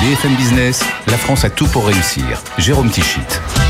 BFM Business, la France a tout pour réussir. Jérôme Tichit.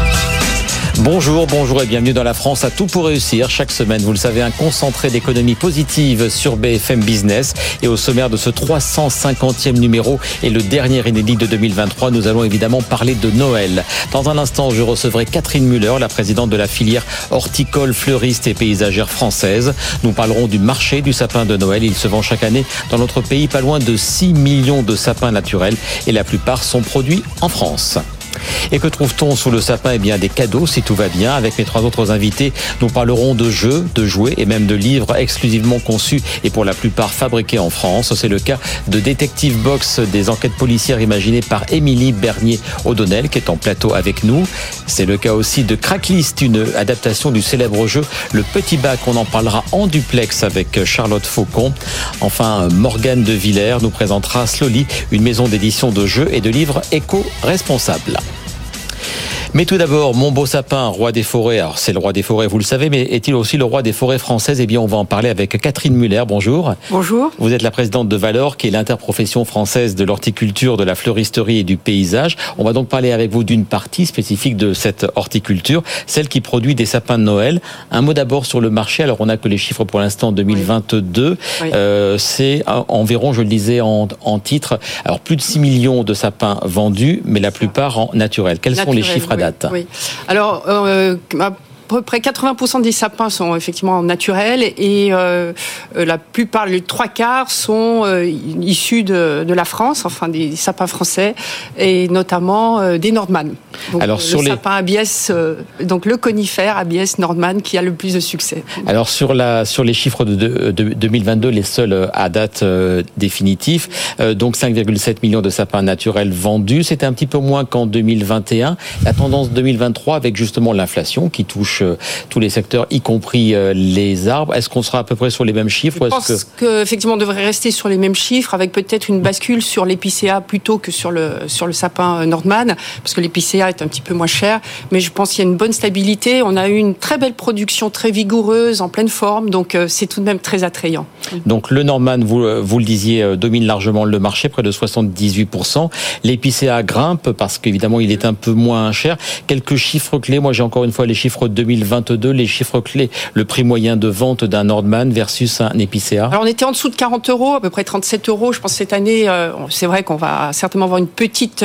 Bonjour et bienvenue dans La France a tout pour réussir. Chaque semaine, vous le savez, un concentré d'économie positive sur BFM Business. Et au sommaire de ce 350e numéro et le dernier inédit de 2023, nous allons évidemment parler de Noël. Dans un instant, je recevrai Catherine Müller, la présidente de la filière horticole, fleuriste et paysagère française. Nous parlerons du marché du sapin de Noël. Il se vend chaque année dans notre pays pas loin de 6 millions de sapins naturels et la plupart sont produits en France. Et que trouve-t-on sous le sapin ? Eh bien, des cadeaux si tout va bien. Avec mes trois autres invités, nous parlerons de jeux, de jouets et même de livres exclusivement conçus et pour la plupart fabriqués en France. C'est le cas de Detective Box, des enquêtes policières imaginées par Émilie Bernier-O'Donnell, qui est en plateau avec nous. C'est le cas aussi de Cracklist, une adaptation du célèbre jeu Le Petit Bac. On en parlera en duplex avec Charlotte Faucon. Enfin, Morgane de Villers nous présentera Slowly, une maison d'édition de jeux et de livres éco-responsables. Mais tout d'abord, mon beau sapin, roi des forêts. Alors, c'est le roi des forêts, vous le savez, mais est-il aussi le roi des forêts françaises ? Eh bien, on va en parler avec Catherine Müller. Bonjour. Bonjour. Vous êtes la présidente de Valor, qui est l'interprofession française de l'horticulture, de la fleuristerie et du paysage. On va donc parler avec vous d'une partie spécifique de cette horticulture, celle qui produit des sapins de Noël. Un mot d'abord sur le marché. Alors, on n'a que les chiffres pour l'instant 2022. Oui. C'est environ, je le disais en titre, alors plus de 6 millions de sapins vendus, mais la plupart en naturel. Quels sont les chiffres à date ? Oui. Alors, à peu près 80% des sapins sont effectivement naturels et la plupart, les 3/4 sont issus de la France, enfin des sapins français et notamment des Nordmann. Donc, alors, sur les sapins Abies, donc le conifère Abies Nordmann qui a le plus de succès. Alors sur les chiffres de 2022, les seuls à date définitifs, donc 5,7 millions de sapins naturels vendus, c'était un petit peu moins qu'en 2021. La tendance 2023 avec justement l'inflation qui touche tous les secteurs, y compris les arbres. Est-ce qu'on sera à peu près sur les mêmes chiffres ? Je pense qu'effectivement, on devrait rester sur les mêmes chiffres, avec peut-être une bascule sur l'épicéa plutôt que sur le sapin Nordmann, parce que l'épicéa est un petit peu moins cher. Mais je pense qu'il y a une bonne stabilité. On a eu une très belle production, très vigoureuse, en pleine forme. Donc, c'est tout de même très attrayant. Donc, le Nordmann, vous le disiez, domine largement le marché, près de 78%. L'épicéa grimpe parce qu'évidemment, il est un peu moins cher. Quelques chiffres clés. Moi, j'ai encore une fois les chiffres 2022, les chiffres clés, le prix moyen de vente d'un Nordmann versus un épicéa. Alors on était en dessous de 40 €, à peu près 37 €. Je pense que cette année, c'est vrai qu'on va certainement avoir une petite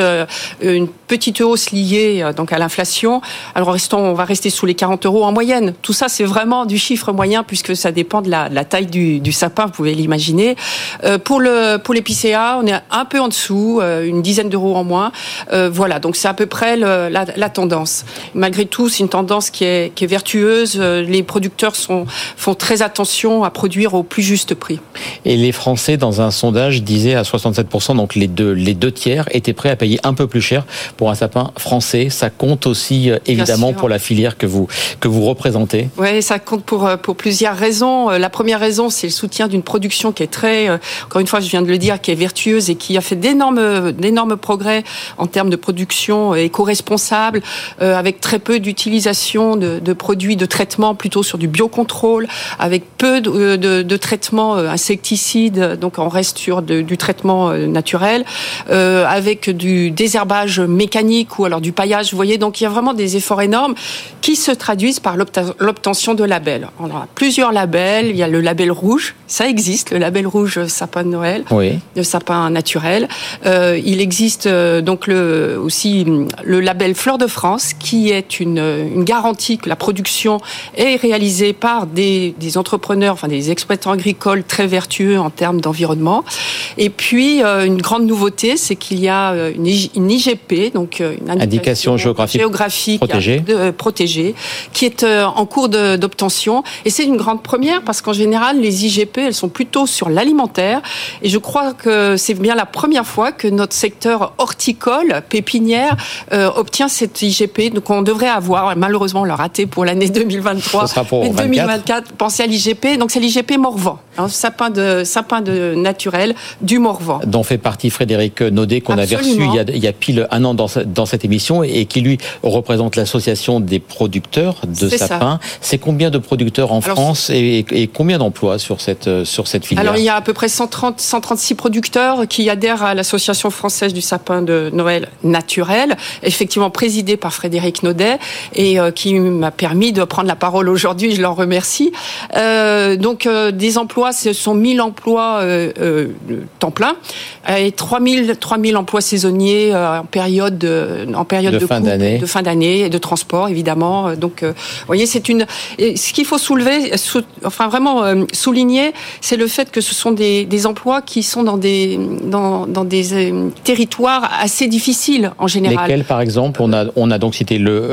hausse liée donc à l'inflation. Alors on va rester sous les 40 € en moyenne. Tout ça, c'est vraiment du chiffre moyen puisque ça dépend de la taille du sapin, vous pouvez l'imaginer. Pour l'épicéa, on est un peu en dessous, une dizaine d'euros en moins. Voilà, donc c'est à peu près la tendance. Malgré tout, c'est une tendance qui est vertueuse. Les producteurs font très attention à produire au plus juste prix. Et les Français, dans un sondage, disaient à 67%, donc les deux tiers, étaient prêts à payer un peu plus cher pour un sapin français. Ça compte aussi, évidemment, pour la filière que vous représentez. Oui, ça compte pour plusieurs raisons. La première raison, c'est le soutien d'une production qui est très, encore une fois, je viens de le dire, qui est vertueuse et qui a fait d'énormes progrès en termes de production éco-responsable, avec très peu d'utilisation de produits de traitement plutôt sur du biocontrôle, avec peu de traitements insecticides, donc on reste sur du traitement naturel, avec du désherbage mécanique ou alors du paillage, vous voyez, donc il y a vraiment des efforts énormes qui se traduisent par l'obtention de labels. On a plusieurs labels, il y a le label rouge, ça existe, le label rouge sapin de Noël, oui. Le sapin naturel. Il existe donc aussi le label Fleur de France, qui est une garantie que la production est réalisée par des entrepreneurs, enfin des exploitants agricoles très vertueux en termes d'environnement. Et puis, une grande nouveauté, c'est qu'il y a une IGP, donc une indication géographique protégée, qui est en cours d'obtention. Et c'est une grande première parce qu'en général, les IGP, elles sont plutôt sur l'alimentaire. Et je crois que c'est bien la première fois que notre secteur horticole, pépinière, obtient cette IGP. Donc, on devrait avoir, malheureusement, on l'a raté pour l'année 2023. Ce sera pour mais 2024, pensez à l'IGP. Donc, c'est l'IGP Morvan. Un sapin de naturel du Morvan. Dont fait partie Frédéric Naudet, qu'on avait reçu il y a pile un an dans cette émission, et qui lui représente l'association des producteurs de sapins. C'est combien de producteurs en France et combien d'emplois sur cette filière? Alors il y a à peu près 136 producteurs qui adhèrent à l'association française du sapin de Noël naturel, effectivement présidée par Frédéric Naudet, et qui m'a permis de prendre la parole aujourd'hui, je l'en remercie. Donc des emplois, ce sont 1000 emplois temps plein et 3000 emplois saisonniers en période de fin d'année, de fin d'année et de transport évidemment. Donc vous voyez, ce qu'il faut souligner, c'est le fait que ce sont des emplois qui sont dans des territoires assez difficiles en général. Lesquels par exemple? On a donc cité le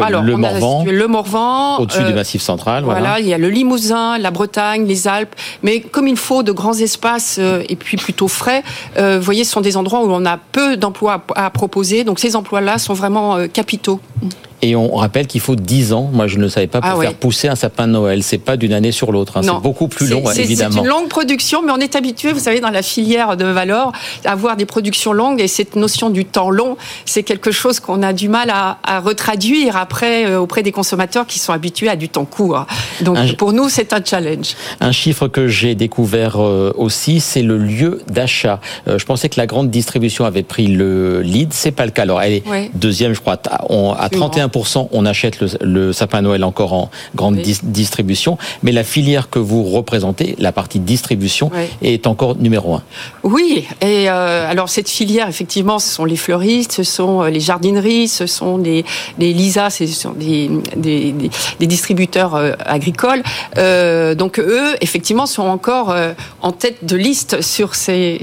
Morvan au-dessus du Massif central. Voilà, il y a le Limousin, la Bretagne, les Alpes, mais comme il faut de grands espaces et puis plutôt frais, vous voyez, ce sont des endroits où on a peu d'emplois à proposer, donc ces emplois-là sont vraiment capitaux. Et on rappelle qu'il faut 10 ans, moi je ne le savais pas, pour faire pousser un sapin de Noël. C'est pas d'une année sur l'autre, c'est beaucoup plus long, évidemment. C'est une longue production, mais on est habitué, vous savez, dans la filière de Valor, à avoir des productions longues, et cette notion du temps long, c'est quelque chose qu'on a du mal à retraduire après auprès des consommateurs qui sont habitués à du temps court. Donc pour nous, c'est un challenge. Un chiffre que j'ai découvert aussi, c'est le lieu d'achat. Je pensais que la grande distribution avait pris le lead, c'est pas le cas. Alors elle est deuxième, je crois, à 31%. On achète le sapin Noël encore en grande distribution, mais la filière que vous représentez, la partie distribution, est encore numéro 1. Oui, et alors cette filière, effectivement, ce sont les fleuristes, ce sont les jardineries, ce sont les LISA, ce sont des distributeurs agricoles. Donc eux, effectivement, sont encore en tête de liste sur ces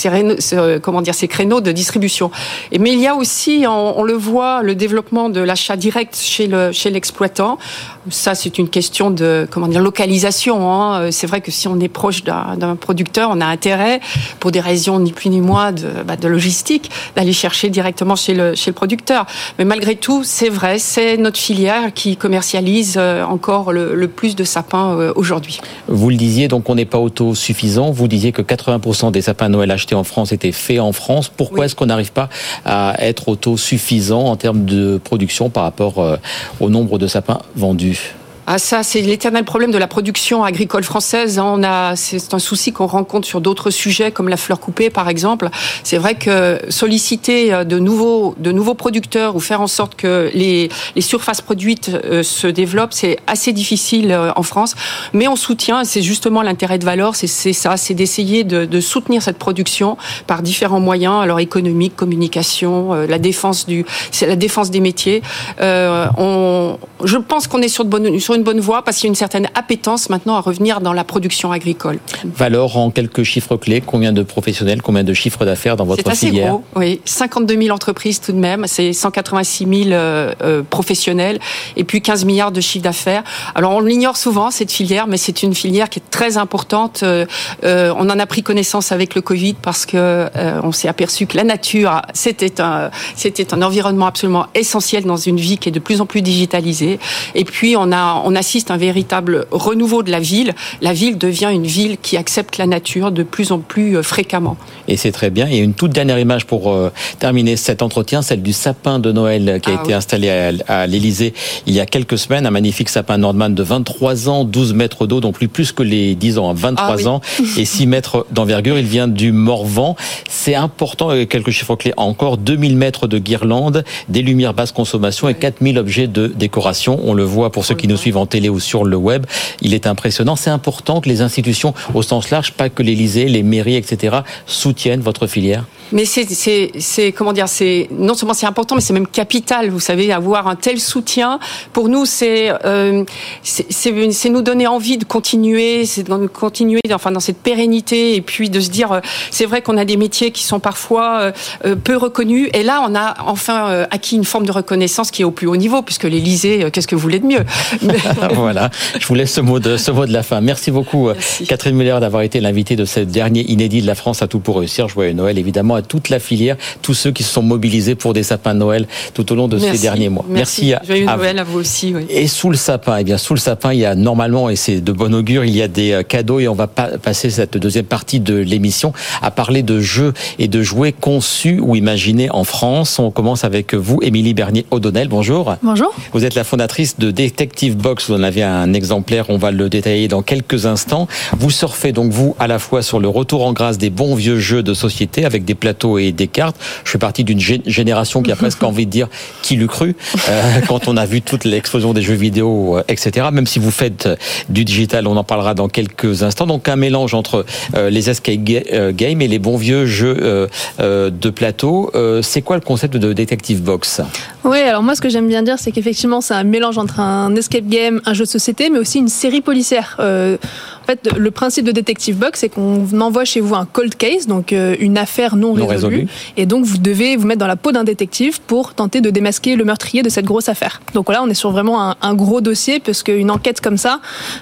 créneaux de distribution. Mais il y a aussi, on le voit, le développement de l'achat direct chez l'exploitant. Ça, c'est une question de localisation. C'est vrai que si on est proche d'un producteur, on a intérêt, pour des raisons ni plus ni moins de logistique, d'aller chercher directement chez le producteur. Mais malgré tout, c'est vrai, c'est notre filière qui commercialise encore le plus de sapins aujourd'hui. Vous le disiez, donc on n'est pas autosuffisant. Vous disiez que 80% des sapins Noël achetés en France étaient faits en France. Pourquoi est-ce qu'on n'arrive pas à être autosuffisant en termes de production par rapport au nombre de sapins vendus? Ah, ça, c'est l'éternel problème de la production agricole française. C'est un souci qu'on rencontre sur d'autres sujets, comme la fleur coupée, par exemple. C'est vrai que solliciter de nouveaux producteurs ou faire en sorte que les surfaces produites se développent, c'est assez difficile en France. Mais on soutient, c'est justement l'intérêt de Valor, c'est d'essayer de soutenir cette production par différents moyens, alors économiques, communication, c'est la défense des métiers. Je pense qu'on est sur une bonne voie, parce qu'il y a une certaine appétence maintenant à revenir dans la production agricole. Valor, en quelques chiffres clés, combien de professionnels, combien de chiffres d'affaires dans votre filière? C'est assez gros, oui. 52 000 entreprises tout de même, c'est 186 000 professionnels, et puis 15 milliards de chiffre d'affaires. Alors on l'ignore souvent, cette filière, mais c'est une filière qui est très importante. On en a pris connaissance avec le Covid, parce que on s'est aperçu que la nature, c'était un environnement absolument essentiel dans une vie qui est de plus en plus digitalisée. Et puis on assiste à un véritable renouveau de la ville. La ville devient une ville qui accepte la nature de plus en plus fréquemment. Et c'est très bien. Il y a une toute dernière image pour terminer cet entretien, celle du sapin de Noël qui a été installé à l'Élysée il y a quelques semaines. Un magnifique sapin Nordmann de 23 ans, 12 mètres d'eau, donc plus que les 10 ans, 23 ans et 6 mètres d'envergure. Il vient du Morvan. C'est important, quelques chiffres clés encore, 2000 mètres de guirlandes, des lumières basse consommation et 4000 objets de décoration. On le voit pour ceux qui nous suivent en télé ou sur le web. Il est impressionnant. C'est important que les institutions au sens large, pas que l'Élysée, les mairies, etc., soutiennent votre filière. Mais c'est non seulement c'est important, mais c'est même capital. Vous savez, avoir un tel soutien, pour nous, c'est nous donner envie de continuer, dans cette pérennité, et puis de se dire, c'est vrai qu'on a des métiers qui sont parfois peu reconnus, et là, on a enfin acquis une forme de reconnaissance qui est au plus haut niveau, puisque l'Élysée écoutez, qu'est-ce que vous voulez de mieux? Voilà, je vous laisse ce mot de la fin. Merci beaucoup, merci. Catherine Müller, d'avoir été l'invitée de ce dernier inédit de la France à tout pour réussir. Joyeux Noël, évidemment, à toute la filière, tous ceux qui se sont mobilisés pour des sapins de Noël tout au long de ces derniers mois. Merci. Joyeux Noël à vous aussi. Oui. Et sous le sapin, il y a normalement, et c'est de bon augure, il y a des cadeaux, et on va passer cette deuxième partie de l'émission à parler de jeux et de jouets conçus ou imaginés en France. On commence avec vous, Émilie Bernier-O'Donnell. Bonjour. Bonjour. Vous êtes la fondatrice de Detective Box. Vous en avez un exemplaire. On va le détailler dans quelques instants. Vous surfez donc, vous, à la fois sur le retour en grâce des bons vieux jeux de société avec des plateaux et des cartes. Je fais partie d'une génération qui a presque envie de dire qui l'eût cru quand on a vu toute l'explosion des jeux vidéo, etc. Même si vous faites du digital, on en parlera dans quelques instants. Donc un mélange entre les escape games et les bons vieux jeux de plateau. C'est quoi le concept de Detective Box ? Oui, alors moi ce que j'aime bien dire, c'est qu'effectivement c'est un mélange entre un escape game, un jeu de société, mais aussi une série policière. En fait, le principe de Detective Box, c'est qu'on envoie chez vous un cold case, donc une affaire non résolue, et donc vous devez vous mettre dans la peau d'un détective pour tenter de démasquer le meurtrier de cette grosse affaire. Donc là, on est sur vraiment un gros dossier, parce qu'une enquête comme ça,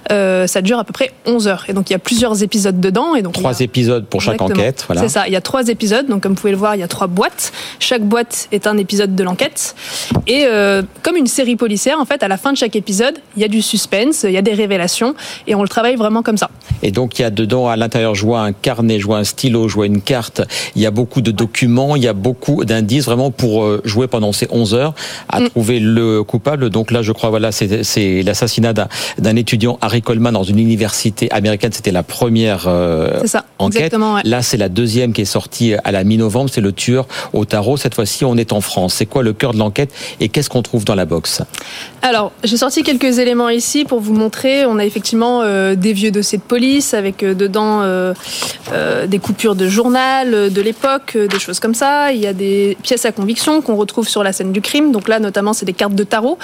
ça dure à peu près 11 heures. Et donc il y a plusieurs épisodes dedans. Et donc 3 épisodes pour chaque enquête. Voilà. C'est ça, il y a 3 épisodes, donc comme vous pouvez le voir, il y a 3 boîtes. Chaque boîte est un épisode de l'enquête. Et comme une série policière, en fait, à la fin de chaque épisode, il y a du suspense, il y a des révélations, et on le travaille vraiment comme ça. Et donc il y a dedans, à l'intérieur, je vois un carnet, je vois un stylo, je vois une carte, il y a beaucoup de documents, il y a beaucoup d'indices vraiment pour jouer pendant ces 11 heures à trouver le coupable. Donc là, je crois, voilà, c'est l'assassinat d'un étudiant, Harry Coleman, dans une université américaine. C'était la première c'est ça, enquête. Exactement, ouais. Là, c'est la deuxième qui est sortie à la mi-novembre, c'est le tueur au tarot. Cette fois-ci, on est en France. C'est quoi le cœur de l'enquête et qu'est-ce qu'on trouve dans la box ? Alors, j'ai sorti quelques éléments ici pour vous montrer. On a effectivement des vieux dossiers de police avec dedans des coupures de journal de l'époque, des choses comme ça. Il y a des pièces à conviction qu'on retrouve sur la scène du crime. Donc là, notamment, c'est des cartes de tarot.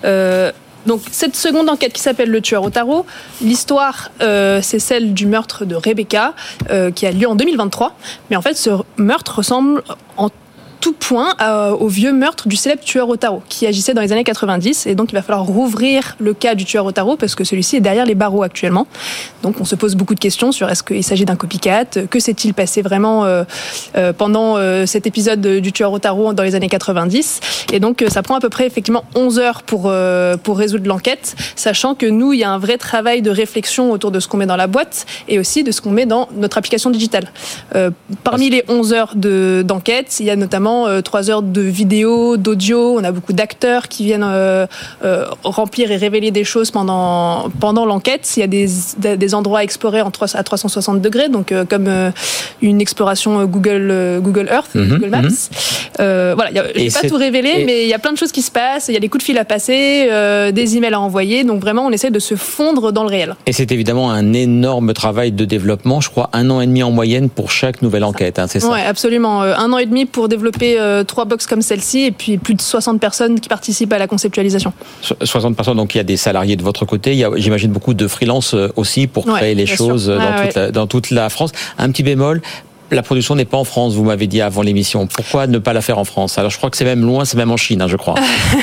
Donc cette seconde enquête qui s'appelle Le tueur au tarot, l'histoire c'est celle du meurtre de Rebecca qui a lieu en 2023. Mais en fait, ce meurtre ressemble en tout point au vieux meurtre du célèbre tueur au tarot qui agissait dans les années 90, et donc il va falloir rouvrir le cas du tueur au tarot parce que celui-ci est derrière les barreaux actuellement. Donc on se pose beaucoup de questions sur est-ce qu'il s'agit d'un copycat, que s'est-il passé vraiment pendant cet épisode du tueur au tarot dans les années 90, et donc ça prend à peu près effectivement 11 heures pour résoudre l'enquête, sachant que nous, il y a un vrai travail de réflexion autour de ce qu'on met dans la boîte et aussi de ce qu'on met dans notre application digitale. Parmi les 11 heures d'enquête, il y a notamment 3 heures de vidéo, d'audio. On a beaucoup d'acteurs qui viennent remplir et révéler des choses pendant l'enquête. Il y a des endroits à explorer à 360 degrés, donc comme une exploration Google Earth, Google Maps. Voilà, je vais pas tout révéler, mais il y a plein de choses qui se passent. Il y a des coups de fil à passer, des emails à envoyer. Donc vraiment, on essaie de se fondre dans le réel. Et c'est évidemment un énorme travail de développement. Je crois 1 an et demi en moyenne pour chaque nouvelle enquête. Hein, c'est ça ? Oui, absolument. 1 an et demi pour développer 3 box comme celle-ci, et puis plus de 60 personnes qui participent à la conceptualisation. 60 personnes, donc il y a des salariés de votre côté, il y a, j'imagine, beaucoup de freelance aussi pour créer les choses dans toute la France. Un petit bémol, la production n'est pas en France, vous m'avez dit avant l'émission. Pourquoi ne pas la faire en France ? Alors je crois que c'est même loin, c'est même en Chine, hein, je crois.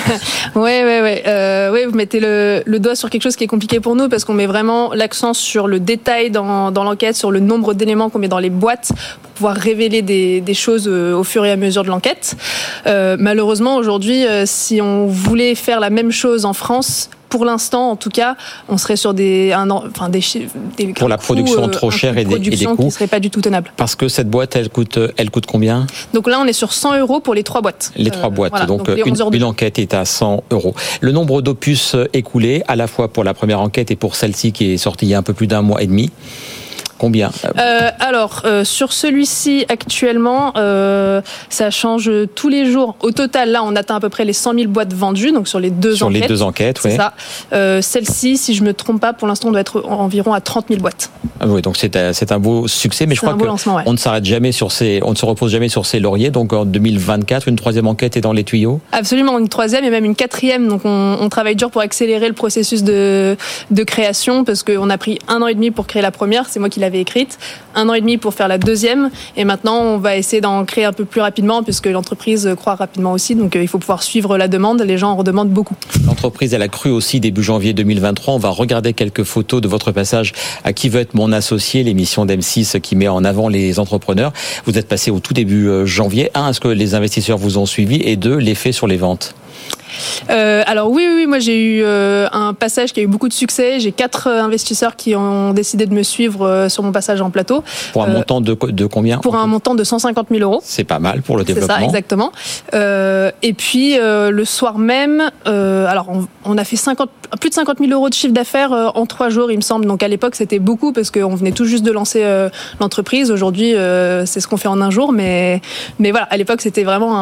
Oui, vous mettez le doigt sur quelque chose qui est compliqué pour nous, parce qu'on met vraiment l'accent sur le détail dans l'enquête, sur le nombre d'éléments qu'on met dans les boîtes pour pouvoir révéler des choses au fur et à mesure de l'enquête. Malheureusement, aujourd'hui, si on voulait faire la même chose en France, pour l'instant, en tout cas, on serait sur des pour la production trop chère et des coûts qui seraient pas du tout tenables. Parce que cette boîte, elle coûte combien ? Donc là, on est sur 100 € pour les 3 boîtes. Les 3 boîtes. Voilà, donc une enquête est à 100 €. Le nombre d'opus écoulés, à la fois pour la première enquête et pour celle-ci qui est sortie il y a un peu plus d'1 mois et demi. Combien ? Sur celui-ci, actuellement, ça change tous les jours. Au total, là, on atteint à peu près les 100 000 boîtes vendues, donc sur les deux enquêtes. Sur les 2 enquêtes, oui. C'est ça. Celle-ci, si je ne me trompe pas, pour l'instant, on doit être environ à 30 000 boîtes. Ah oui, donc c'est un beau succès, mais je crois qu'on ne s'arrête jamais on ne se repose jamais sur ses lauriers. Donc en 2024, une 3e enquête est dans les tuyaux. Absolument, une 3e et même une 4e. Donc on travaille dur pour accélérer le processus de création, parce qu'on a pris 1 an et demi pour créer la première. C'est moi qui l'ai avait écrite, 1 an et demi pour faire la deuxième, et maintenant on va essayer d'en créer un peu plus rapidement puisque l'entreprise croît rapidement aussi, donc il faut pouvoir suivre la demande, les gens en redemandent beaucoup. L'entreprise, elle a cru aussi début janvier 2023. On va regarder quelques photos de votre passage à Qui veut être mon associé, l'émission d'M6 qui met en avant les entrepreneurs. Vous êtes passé au tout début janvier. 1, est-ce que les investisseurs vous ont suivi? Et 2, l'effet sur les ventes? Alors oui, moi j'ai eu un passage qui a eu beaucoup de succès. J'ai 4 investisseurs qui ont décidé de me suivre sur mon passage en plateau. Pour un montant de combien? Pour un montant de 150 000 €. C'est pas mal pour le développement. C'est ça, exactement. Et puis le soir même, alors on a fait plus de 50 000 € de chiffre d'affaires en 3 jours, il me semble. Donc à l'époque c'était beaucoup parce qu'on venait tout juste de lancer l'entreprise. Aujourd'hui c'est ce qu'on fait en un jour, mais voilà, à l'époque c'était vraiment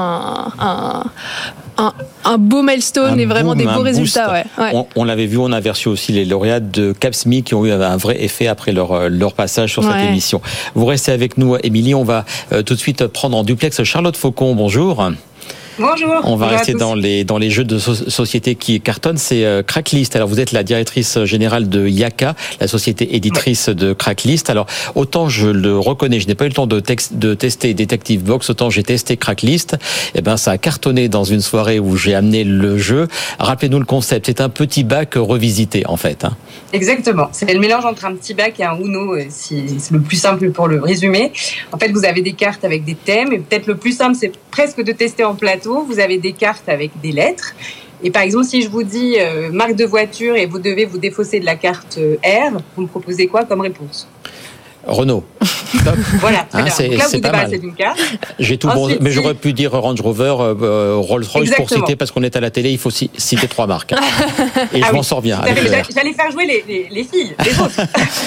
un beau milestone et vraiment des beaux résultats. Ouais. On l'avait vu, on avait reçu aussi les lauréats de Capsmi qui ont eu un vrai effet après leur passage sur cette émission. Vous restez avec nous, Émilie. On va tout de suite prendre en duplex Charlotte Faucon. Bonjour. Bonjour. On va rester dans les jeux de société qui cartonnent. C'est Cracklist. Alors vous êtes la directrice générale de Yaka, la société éditrice de Cracklist. Alors autant je le reconnais, je n'ai pas eu le temps de tester Detective Box, autant j'ai testé Cracklist. Et ben ça a cartonné dans une soirée où j'ai amené le jeu. Rappelez-nous le concept. C'est un petit bac revisité en fait. Exactement. C'est le mélange entre un petit bac et un Uno. C'est le plus simple pour le résumer. En fait, vous avez des cartes avec des thèmes et peut-être le plus simple, c'est presque de tester en plateau. Vous avez des cartes avec des lettres. Et par exemple, si je vous dis marque de voiture et vous devez vous défausser de la carte R, vous me proposez quoi comme réponse? Renault. Voilà, très bien. Donc là, vous pas débarrassez mal. d'une carte. J'ai tout bon, mais j'aurais pu dire Range Rover, Rolls-Royce pour citer, parce qu'on est à la télé, il faut citer 3 marques. Et je m'en sors bien. J'allais faire jouer les filles, les autres.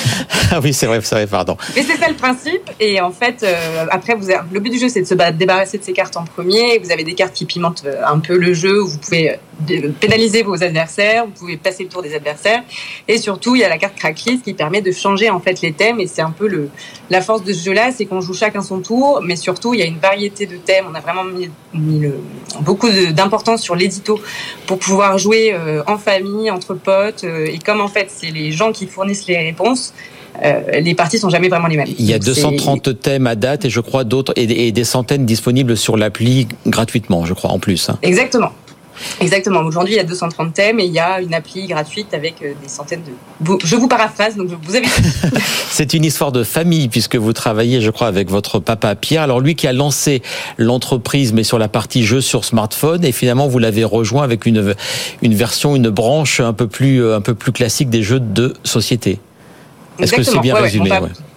Ah oui, c'est vrai, pardon. Mais c'est ça le principe. Et en fait, après, le but du jeu, c'est de se débarrasser de ces cartes en premier. Vous avez des cartes qui pimentent un peu le jeu, où vous pouvez pénaliser vos adversaires, vous pouvez passer le tour des adversaires. Et surtout, il y a la carte Cracklist qui permet de changer en fait les thèmes. Et c'est un peu la force de ce jeu-là, c'est qu'on joue chacun son tour, mais surtout il y a une variété de thèmes. On a vraiment mis beaucoup d'importance sur l'édito pour pouvoir jouer en famille, entre potes, et comme en fait c'est les gens qui fournissent les réponses, les parties sont jamais vraiment les mêmes. Il y a 230 thèmes à date et je crois d'autres et des centaines disponibles sur l'appli gratuitement, je crois en plus. Exactement. Aujourd'hui, il y a 230 thèmes et il y a une appli gratuite avec des centaines de... Je vous paraphrase, donc vous avez... C'est une histoire de famille puisque vous travaillez, je crois, avec votre papa Pierre. Alors lui qui a lancé l'entreprise, mais sur la partie jeux sur smartphone, et finalement vous l'avez rejoint avec une version, une branche un peu plus classique des jeux de société. Est-ce que c'est bien résumé?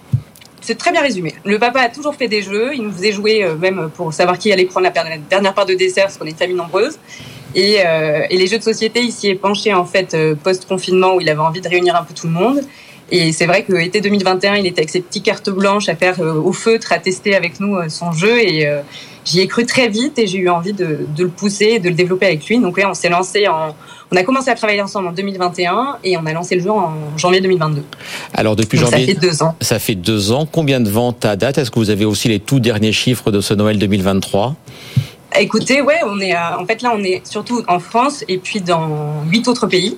C'est très bien résumé. Le papa a toujours fait des jeux. Il nous faisait jouer même pour savoir qui allait prendre la dernière part de dessert, parce qu'on est une famille nombreuse. Et les jeux de société, il s'y est penché en fait post-confinement où il avait envie de réunir un peu tout le monde. Et c'est vrai que été 2021, il était avec ses petites cartes blanches à faire au feutre, à tester avec nous son jeu. Et j'y ai cru très vite et j'ai eu envie de le pousser et de le développer avec lui. Donc là, on s'est lancé on a commencé à travailler ensemble en 2021 et on a lancé le jeu en janvier 2022. Alors depuis janvier, ça fait 2 ans. Ça fait 2 ans. Combien de ventes à date? Est-ce que vous avez aussi les tout derniers chiffres de ce Noël 2023? Écoutez, on est surtout en France et puis dans 8 autres pays.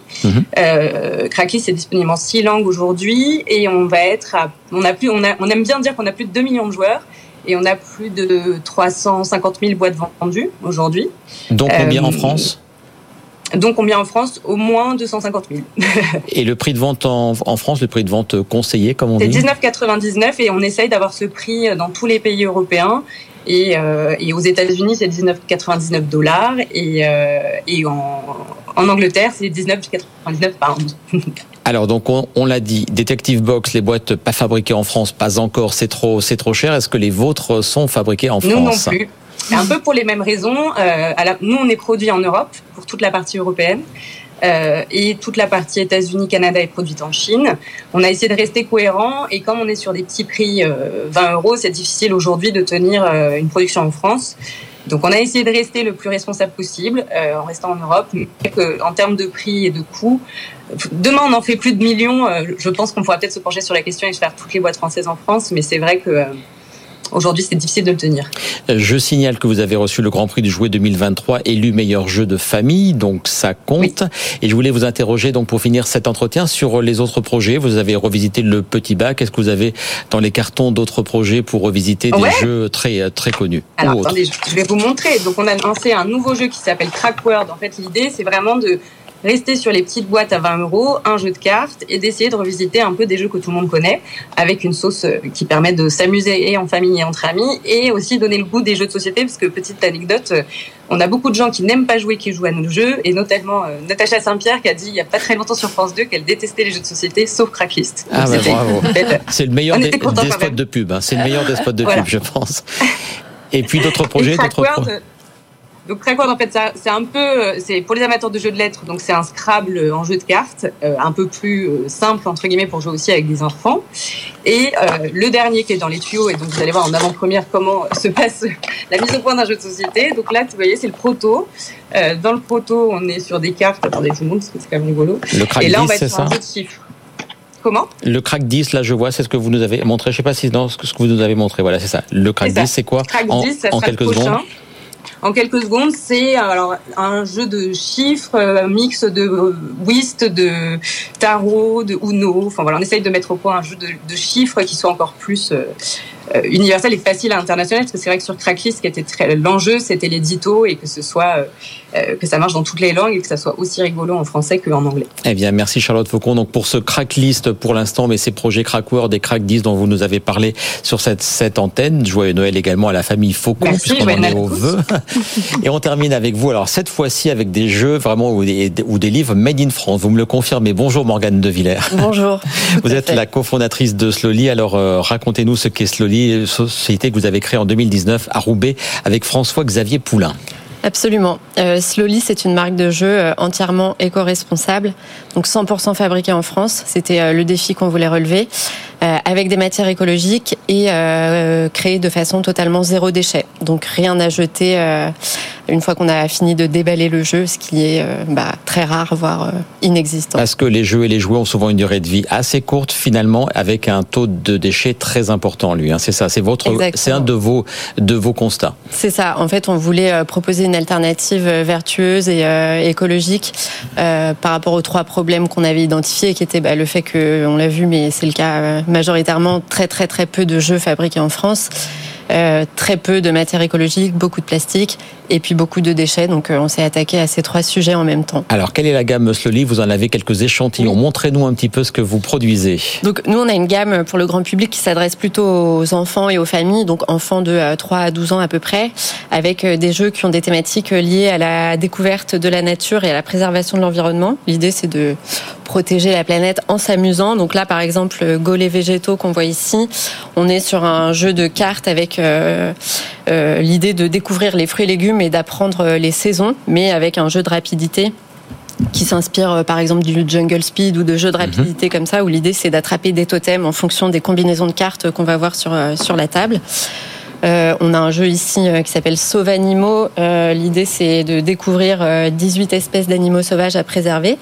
Cracklist est disponible en 6 langues aujourd'hui et on va être on aime bien dire qu'on a plus de 2 millions de joueurs et on a plus de 350 000 boîtes vendues aujourd'hui. Donc combien en France? Donc combien en France? Au moins 250 000. Et le prix de vente en France, le prix de vente conseillé, comme on dit? C'est 19,99 et on essaye d'avoir ce prix dans tous les pays européens. Et aux États-Unis, c'est $19,99 et en Angleterre, c'est 19,99 pounds. Alors donc on l'a dit, Detective Box, les boîtes pas fabriquées en France, pas encore, c'est trop cher. Est-ce que les vôtres sont fabriquées en France? Nous non plus. Un peu pour les mêmes raisons. Nous, on est produit en Europe pour toute la partie européenne. Et toute la partie États-Unis, Canada est produite en Chine. On a essayé de rester cohérent et comme on est sur des petits prix 20 €, c'est difficile aujourd'hui de tenir une production en France. Donc on a essayé de rester le plus responsable possible en restant en Europe. Mais en termes de prix et de coûts, demain on en fait plus de millions. Je pense qu'on pourra peut-être se pencher sur la question et faire toutes les boîtes françaises en France. Mais c'est vrai que aujourd'hui, c'est difficile d'obtenir. Je signale que vous avez reçu le Grand Prix du jouet 2023, élu meilleur jeu de famille, donc ça compte. Oui. Et je voulais vous interroger, donc pour finir cet entretien, sur les autres projets. Vous avez revisité le Petit Bac. Est-ce que vous avez dans les cartons d'autres projets pour revisiter des jeux très, très connus? Alors, attendez, je vais vous montrer. Donc, on a lancé un nouveau jeu qui s'appelle Crackworld. En fait, l'idée, c'est vraiment de rester sur les petites boîtes à 20 €, un jeu de cartes, et d'essayer de revisiter un peu des jeux que tout le monde connaît, avec une sauce qui permet de s'amuser et en famille et entre amis, et aussi donner le goût des jeux de société, parce que, petite anecdote, on a beaucoup de gens qui n'aiment pas jouer, qui jouent à nos jeux, et notamment Natacha Saint-Pierre qui a dit il n'y a pas très longtemps sur France 2 qu'elle détestait les jeux de société, sauf Cracklist. Ah bah bravo. C'est le meilleur des spots de pub, hein. C'est le meilleur des spots de pub, je pense. Et puis d'autres projets, Donc Crackworld, en fait, c'est un peu, c'est pour les amateurs de jeux de lettres, donc c'est un Scrabble en jeu de cartes, un peu plus simple entre guillemets pour jouer aussi avec des enfants. Et le dernier qui est dans les tuyaux, et donc vous allez voir en avant-première comment se passe la mise au point d'un jeu de société. Donc là, vous voyez, c'est le proto. Dans le proto, on est sur des cartes. Attendez, je vous montre parce que c'est quand même rigolo. Le Crack 10, et là, on va être sur un jeu de chiffres. Comment ? Le Crack 10, là, je vois, c'est ce que vous nous avez montré. Je sais pas si c'est dans ce que vous nous avez montré. Voilà, c'est ça. Le Crack 10, c'est quoi ? Crack 10, ça en sera quelques secondes. En quelques secondes, c'est alors un jeu de chiffres, mix de whist, de tarot, de Uno. Enfin voilà, on essaye de mettre au point un jeu de chiffres qui soit encore plus universel et facile à l'international, parce que c'est vrai que sur Cracklist, ce qui était l'enjeu, c'était l'édito et que ce soit que ça marche dans toutes les langues et que ça soit aussi rigolo en français qu'en anglais. Eh bien, merci Charlotte Faucon. Donc pour ce Cracklist pour l'instant, mais ces projets Crackworld et Crack 10 dont vous nous avez parlé sur cette antenne. Joyeux Noël également à la famille Faucon, puisqu'on en est aux vœux. Et on termine avec vous. Alors cette fois-ci avec des jeux vraiment ou des livres made in France. Vous me le confirmez. Bonjour Morgane de Villers. Bonjour. Vous êtes la cofondatrice de Slowly. Alors racontez-nous ce qu'est Slowly, société que vous avez créée en 2019 à Roubaix avec François-Xavier Poulain. Absolument. Slowly, c'est une marque de jeu entièrement éco-responsable, donc 100% fabriquée en France. C'était le défi qu'on voulait relever, avec des matières écologiques et créée de façon totalement zéro déchet. Donc rien à jeter une fois qu'on a fini de déballer le jeu, ce qui est très rare, voire inexistant. Parce que les jeux et les jouets ont souvent une durée de vie assez courte finalement, avec un taux de déchets très important, lui. C'est ça, c'est un de vos constats. C'est ça. En fait, on voulait proposer une alternative vertueuse et écologique par rapport aux 3 problèmes qu'on avait identifiés, qui étaient le fait que, on l'a vu, mais c'est le cas majoritairement, très très très peu de jeux fabriqués en France. Très peu de matières écologiques, beaucoup de plastique et puis beaucoup de déchets. Donc on s'est attaqué à ces 3 sujets en même temps. Alors quelle est la gamme Slowly ? Vous en avez quelques échantillons. Oui. Montrez-nous un petit peu ce que vous produisez. Donc nous on a une gamme pour le grand public qui s'adresse plutôt aux enfants et aux familles, donc enfants de 3 à 12 ans à peu près, avec des jeux qui ont des thématiques liées à la découverte de la nature et à la préservation de l'environnement. L'idée c'est de protéger la planète en s'amusant. Donc là par exemple Go les végétaux qu'on voit ici, on est sur un jeu de cartes avec l'idée de découvrir les fruits et légumes et d'apprendre les saisons, mais avec un jeu de rapidité qui s'inspire par exemple du Jungle Speed ou de jeux de rapidité comme ça, où l'idée c'est d'attraper des totems en fonction des combinaisons de cartes qu'on va voir sur la table. On a un jeu ici qui s'appelle Sauve Animaux. L'idée, c'est de découvrir 18 espèces d'animaux sauvages à préserver,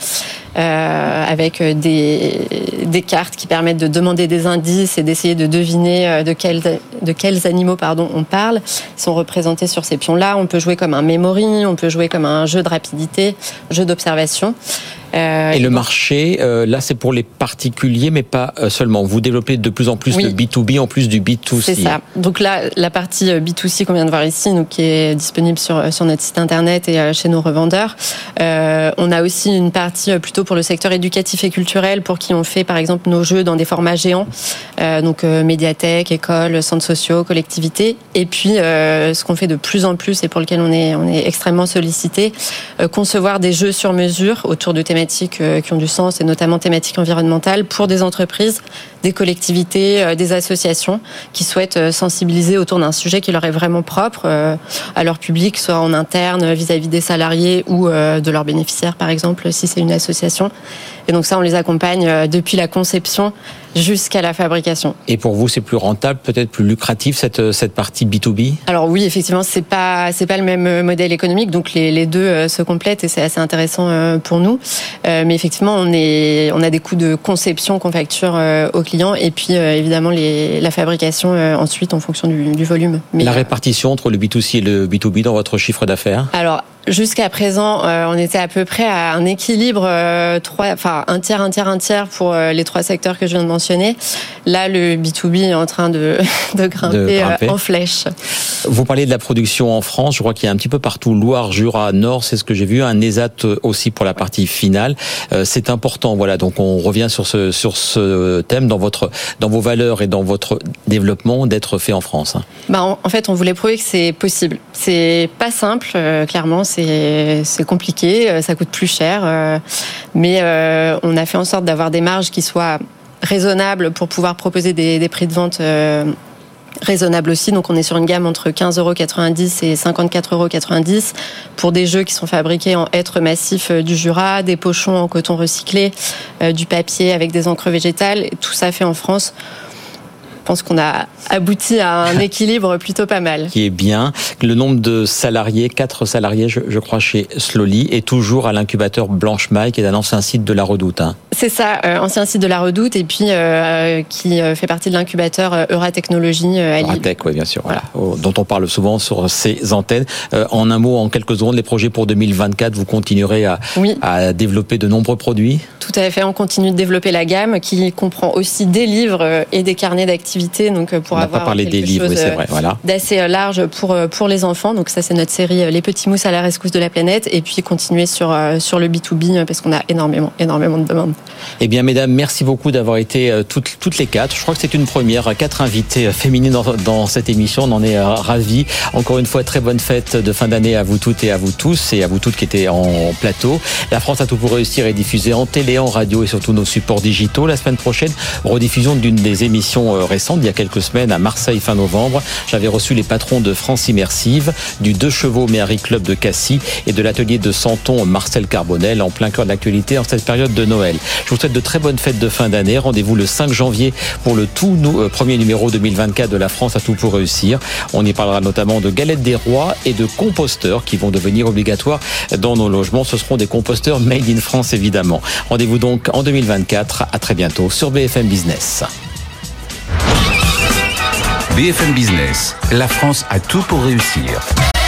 avec des cartes qui permettent de demander des indices et d'essayer de deviner de quels animaux on parle. Ils sont représentés sur ces pions-là. On peut jouer comme un memory, on peut jouer comme un jeu de rapidité, jeu d'observation. Et le marché, là, c'est pour les particuliers, mais pas seulement. Vous développez de plus en plus de B2B en plus du B2C. C'est ça. Donc là, la partie B2C qu'on vient de voir ici, donc qui est disponible sur notre site internet et chez nos revendeurs. On a aussi une partie plutôt pour le secteur éducatif et culturel, pour qui on fait par exemple nos jeux dans des formats géants, donc médiathèques, écoles, centres sociaux, collectivités. Et puis ce qu'on fait de plus en plus et pour lequel on est extrêmement sollicité, concevoir des jeux sur mesure autour de thématiques qui ont du sens et notamment thématiques environnementales pour des entreprises, des collectivités, des associations qui souhaitent sensibiliser autour d'un sujet qui leur est vraiment propre à leur public, soit en interne vis-à-vis des salariés ou de leurs bénéficiaires par exemple si c'est une association. Et donc ça on les accompagne depuis la conception jusqu'à la fabrication. Et pour vous, c'est plus rentable, peut-être plus lucratif cette partie B2B? Alors oui, effectivement, c'est pas le même modèle économique, donc les deux se complètent et c'est assez intéressant pour nous. Mais effectivement, on a des coûts de conception qu'on facture aux clients et puis évidemment la fabrication ensuite en fonction du volume. Mais la répartition entre le B2C et le B2B dans votre chiffre d'affaires? Alors, jusqu'à présent, on était à peu près à un équilibre, un tiers pour les 3 secteurs que je viens de mentionner. Là, le B2B est en train de grimper en flèche. Vous parlez de la production en France, je crois qu'il y a un petit peu partout, Loire, Jura, Nord, c'est ce que j'ai vu, un ESAT aussi pour la partie finale. C'est important, voilà, donc on revient sur ce thème dans vos valeurs et dans votre développement d'être fait en France. En fait, on voulait prouver que c'est possible. C'est pas simple, clairement. C'est compliqué, ça coûte plus cher, mais on a fait en sorte d'avoir des marges qui soient raisonnables pour pouvoir proposer des prix de vente raisonnables aussi. Donc on est sur une gamme entre 15,90 € et 54,90 € pour des jeux qui sont fabriqués en hêtre massif du Jura, des pochons en coton recyclé, du papier avec des encres végétales, et tout ça fait en France. Je pense qu'on a abouti à un équilibre plutôt pas mal. Qui est bien. Le nombre de salariés, 4 salariés, je crois, chez Slowly, est toujours à l'incubateur Blanche-Maille, qui est un ancien site de la Redoute. C'est ça, ancien site de la Redoute, et puis qui fait partie de l'incubateur Euratechnologie à Lille. Euratech, oui, bien sûr, voilà. Dont on parle souvent sur ces antennes. En un mot, en quelques secondes, les projets pour 2024, vous continuerez à développer de nombreux produits? Tout à fait, on continue de développer la gamme, qui comprend aussi des livres et des carnets d'activités. Donc pour on avoir pas parlé des livres, c'est vrai, voilà. D'assez large pour les enfants. Donc ça, c'est notre série Les Petits Mousses à la rescousse de la planète, et puis continuer sur le B2B parce qu'on a énormément de demandes. Eh bien, mesdames, merci beaucoup d'avoir été toutes les 4. Je crois que c'est une première, 4 invités féminines dans cette émission. On en est ravis. Encore une fois, très bonne fête de fin d'année à vous toutes et à vous tous, et à vous toutes qui étaient en plateau. La France a tout pour réussir est diffusée en télé, en radio et surtout nos supports digitaux. La semaine prochaine, rediffusion d'une des émissions récentes il y a quelques semaines à Marseille fin novembre. J'avais reçu les patrons de France Immersive, du 2 Chevaux Méhari Club de Cassis et de l'atelier de Santon Marcel Carbonel, en plein cœur de l'actualité en cette période de Noël. Je vous souhaite de très bonnes fêtes de fin d'année. Rendez-vous le 5 janvier pour le premier numéro 2024 de La France a tout pour réussir. On y parlera notamment de galettes des rois et de composteurs qui vont devenir obligatoires dans nos logements. Ce seront des composteurs made in France, évidemment. Rendez-vous donc en 2024. À très bientôt sur BFM Business. BFM Business, la France a tout pour réussir.